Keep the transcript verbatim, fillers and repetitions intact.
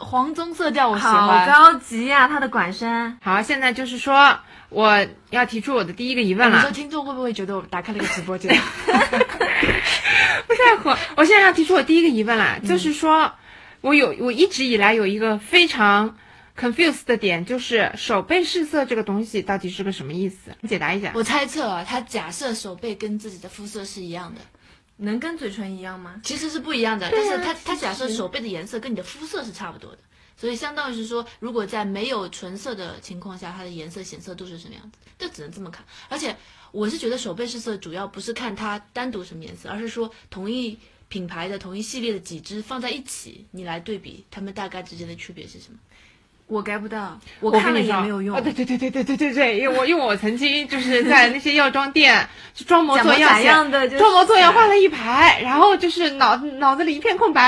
黄棕色调，我喜好欢。 高级呀、它的管身。 好，现在就是说我要提出我的第一个疑问了。 你说听众会不会觉得我打开了一个直播间？ 不在乎，我现在要提出我第一个疑问了，嗯、就是说，我有我一直以来有一个非常 confused 的点，就是手背试色这个东西到底是个什么意思？你解答一下。 我猜测啊，他假设手背跟自己的肤色是一样的， 能跟嘴唇一样吗？ 其实是不一样的， 啊、 但是他他假设手背的颜色跟你的肤色是差不多的，所以相当于是说，如果在没有唇色的情况下，它的颜色显色度是什么样子，这只能这么看。而且我是觉得手背试色主要不是看它单独什么颜色，而是说同一品牌的同一系列的几支放在一起，你来对比它们大概之间的区别是什么。 我 get 不到，我看了也没有用。 哦，对对对对对对对对，因为我因为我曾经就是在那些药妆店就装模作样样的、就是， 装模作样画了一排，然后就是脑脑子里一片空白。